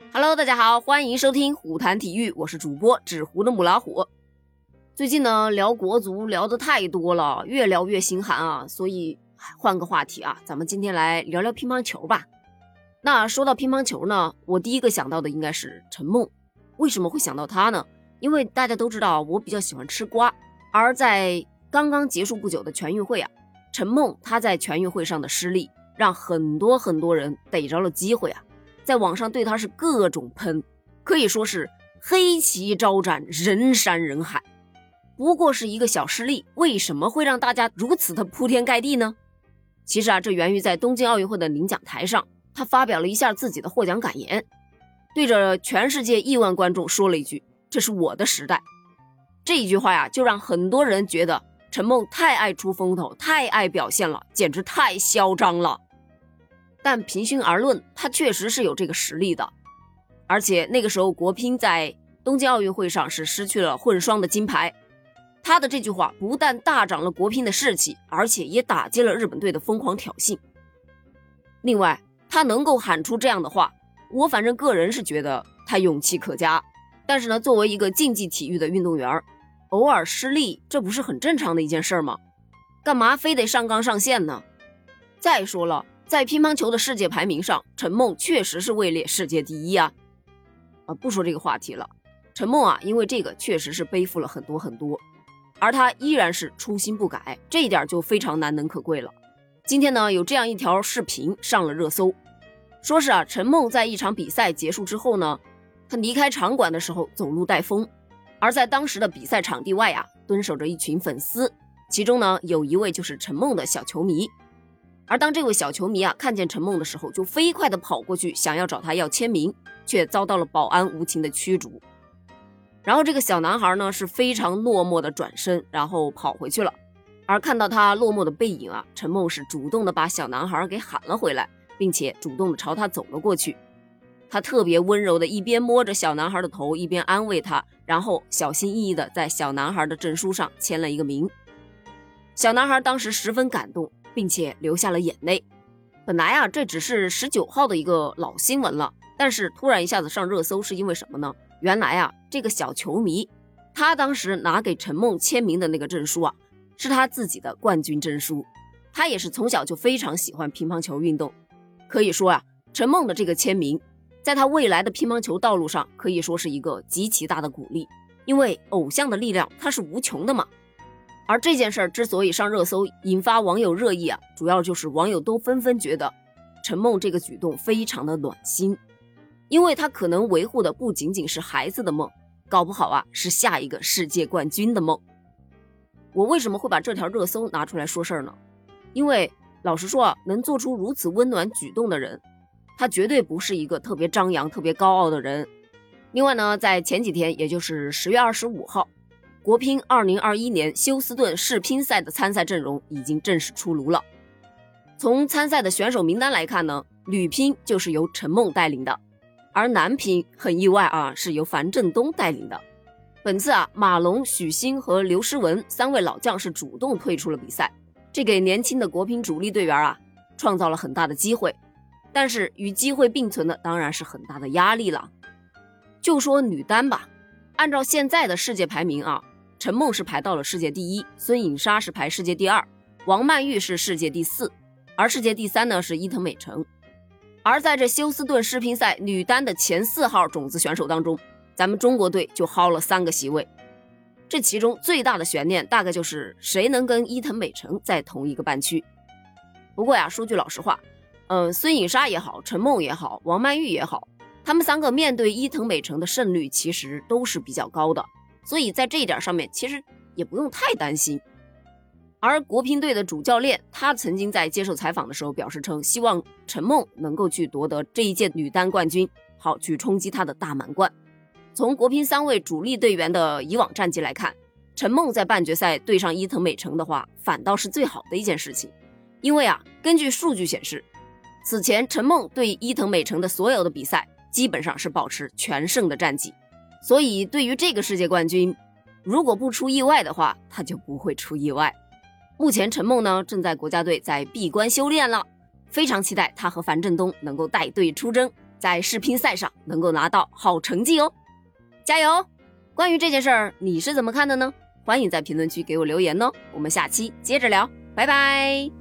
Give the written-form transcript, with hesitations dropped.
Hello， 大家好，欢迎收听虎谈体育，我是主播纸糊的母老虎。最近呢，聊国足聊得太多了，越聊越心寒啊，所以换个话题啊，咱们今天来聊聊乒乓球吧。那说到乒乓球呢，我第一个想到的应该是陈梦。为什么会想到他呢？因为大家都知道我比较喜欢吃瓜，而在刚刚结束不久的全运会啊，陈梦他在全运会上的失利，让很多人逮着了机会啊，在网上对他是各种喷，可以说是黑旗招展，人山人海。不过是一个小失利，为什么会让大家如此的铺天盖地呢？其实啊，这源于在东京奥运会的领奖台上，他发表了一下自己的获奖感言，对着全世界亿万观众说了一句：“这是我的时代。”这一句话呀，就让很多人觉得陈梦太爱出风头，太爱表现了，简直太嚣张了。但平心而论，他确实是有这个实力的。而且那个时候国乒在东京奥运会上是失去了混双的金牌，他的这句话不但大涨了国乒的士气，而且也打击了日本队的疯狂挑衅。另外，他能够喊出这样的话，我反正个人是觉得他勇气可嘉。但是呢，作为一个竞技体育的运动员，偶尔失利，这不是很正常的一件事吗？干嘛非得上纲上线呢？再说了，在乒乓球的世界排名上，陈梦确实是位列世界第一啊。不说这个话题了，陈梦啊，因为这个确实是背负了很多，而他依然是初心不改，这一点就非常难能可贵了。今天呢，有这样一条视频上了热搜，说是陈梦在一场比赛结束之后呢，他离开场馆的时候走路带风，而在当时的比赛场地外啊，蹲守着一群粉丝，其中呢有一位就是陈梦的小球迷。而当这位小球迷啊看见陈梦的时候，就飞快地跑过去想要找他要签名，却遭到了保安无情的驱逐。然后这个小男孩呢是非常落寞的转身，然后跑回去了。而看到他落寞的背影啊，陈梦是主动的把小男孩给喊了回来，并且主动的朝他走了过去。他特别温柔的一边摸着小男孩的头，一边安慰他，然后小心翼翼的在小男孩的证书上签了一个名。小男孩当时十分感动，并且流下了眼泪。本来啊，这只是19号的一个老新闻了，但是突然一下子上热搜，是因为什么呢？原来啊，这个小球迷他当时拿给陈梦签名的那个证书啊，是他自己的冠军证书。他也是从小就非常喜欢乒乓球运动，可以说啊，陈梦的这个签名在他未来的乒乓球道路上可以说是一个极其大的鼓励，因为偶像的力量它是无穷的嘛。而这件事之所以上热搜，引发网友热议啊，主要就是网友都纷纷觉得陈梦这个举动非常的暖心，因为他可能维护的不仅仅是孩子的梦，搞不好啊是下一个世界冠军的梦。我为什么会把这条热搜拿出来说事儿呢？因为老实说啊，能做出如此温暖举动的人，他绝对不是一个特别张扬特别高傲的人。另外呢，在前几天，也就是10月25号，国乒2021年休斯顿世乒赛的参赛阵容已经正式出炉了。从参赛的选手名单来看呢，女乒就是由陈梦带领的，而男乒很意外啊，是由樊振东带领的。本次啊，马龙、许昕和刘诗雯3位老将是主动退出了比赛，这给年轻的国乒主力队员啊创造了很大的机会。但是与机会并存的当然是很大的压力了。就说女单吧，按照现在的世界排名啊，陈梦是排到了世界第一，孙颖莎是排世界第二，王曼玉是世界第四，而世界第三呢是伊藤美诚。而在这休斯顿世乒赛女单的前4号种子选手当中，咱们中国队就薅了3个席位。这其中最大的悬念大概就是谁能跟伊藤美诚在同一个半区。不过呀，说句老实话，孙颖莎也好，陈梦也好，王曼玉也好，他们3个面对伊藤美诚的胜率其实都是比较高的，所以在这一点上面其实也不用太担心。而国乒队的主教练他曾经在接受采访的时候表示称，希望陈梦能够去夺得这一届女单冠军，好去冲击他的大满贯。从国乒3位主力队员的以往战绩来看，陈梦在半决赛对上伊藤美诚的话，反倒是最好的一件事情。因为啊，根据数据显示，此前陈梦对伊藤美诚的所有的比赛基本上是保持全胜的战绩，所以对于这个世界冠军，如果不出意外的话，他就不会出意外。目前陈梦呢正在国家队在闭关修炼了，非常期待他和樊振东能够带队出征， 在世乒赛上能够拿到好成绩哦。加油！关于这件事儿，你是怎么看的呢？欢迎在评论区给我留言哦，我们下期接着聊，拜拜。